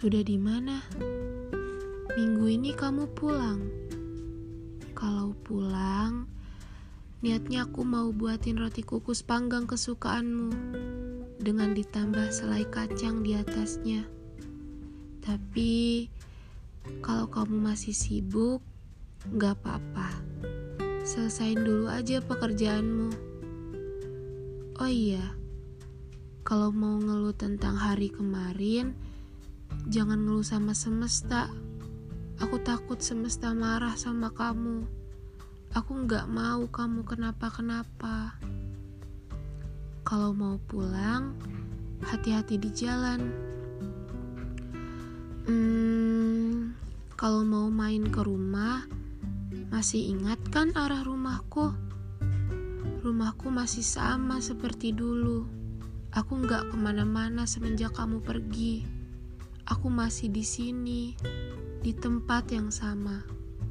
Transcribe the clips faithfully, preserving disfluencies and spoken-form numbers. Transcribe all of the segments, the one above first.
Sudah di mana? Minggu ini kamu pulang. Kalau pulang, niatnya aku mau buatin roti kukus panggang kesukaanmu dengan ditambah selai kacang di atasnya. Tapi kalau kamu masih sibuk, gak apa-apa. Selesain dulu aja pekerjaanmu. Oh iya, kalau mau ngeluh tentang hari kemarin, jangan ngeluh sama semesta. Aku takut semesta marah sama kamu. Aku gak mau kamu kenapa-kenapa. Kalau mau pulang, hati-hati di jalan. Hmm, kalau mau main ke rumah, masih ingat kan arah rumahku? Rumahku masih sama seperti dulu. Aku gak kemana-mana semenjak kamu pergi. Aku masih di sini, di tempat yang sama.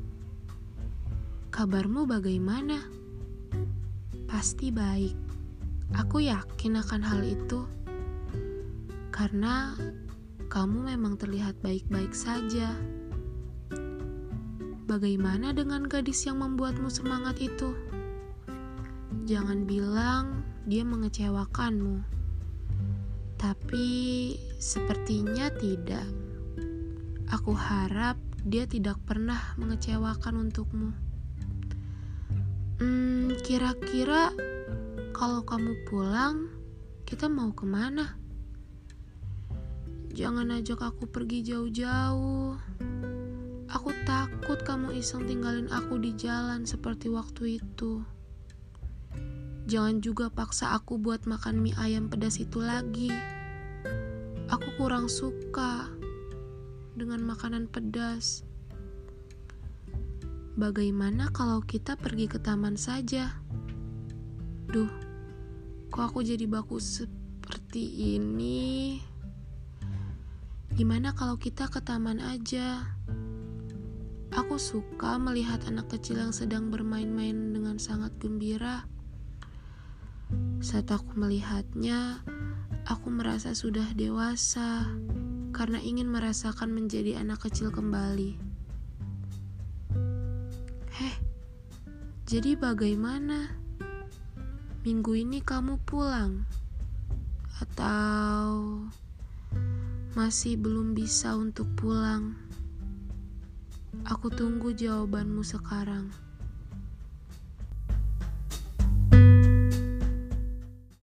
Kabarmu bagaimana? Pasti baik. Aku yakin akan hal itu. Karena kamu memang terlihat baik-baik saja. Bagaimana dengan gadis yang membuatmu semangat itu? Jangan bilang dia mengecewakanmu. Tapi sepertinya tidak. Aku harap dia tidak pernah mengecewakan untukmu. Hmm, kira-kira kalau kamu pulang, kita mau kemana? Jangan ajak aku pergi jauh-jauh. Aku takut kamu iseng tinggalin aku di jalan seperti waktu itu. Jangan juga paksa aku buat makan mie ayam pedas itu lagi. Aku kurang suka dengan makanan pedas. Bagaimana kalau kita pergi ke taman saja? Duh, kok aku jadi baku seperti ini? Gimana kalau kita ke taman aja? Aku suka melihat anak kecil yang sedang bermain-main dengan sangat gembira. Saat aku melihatnya, aku merasa sudah dewasa karena ingin merasakan menjadi anak kecil kembali. Heh, jadi bagaimana? Minggu ini kamu pulang? Atau masih belum bisa untuk pulang? Aku tunggu jawabanmu sekarang.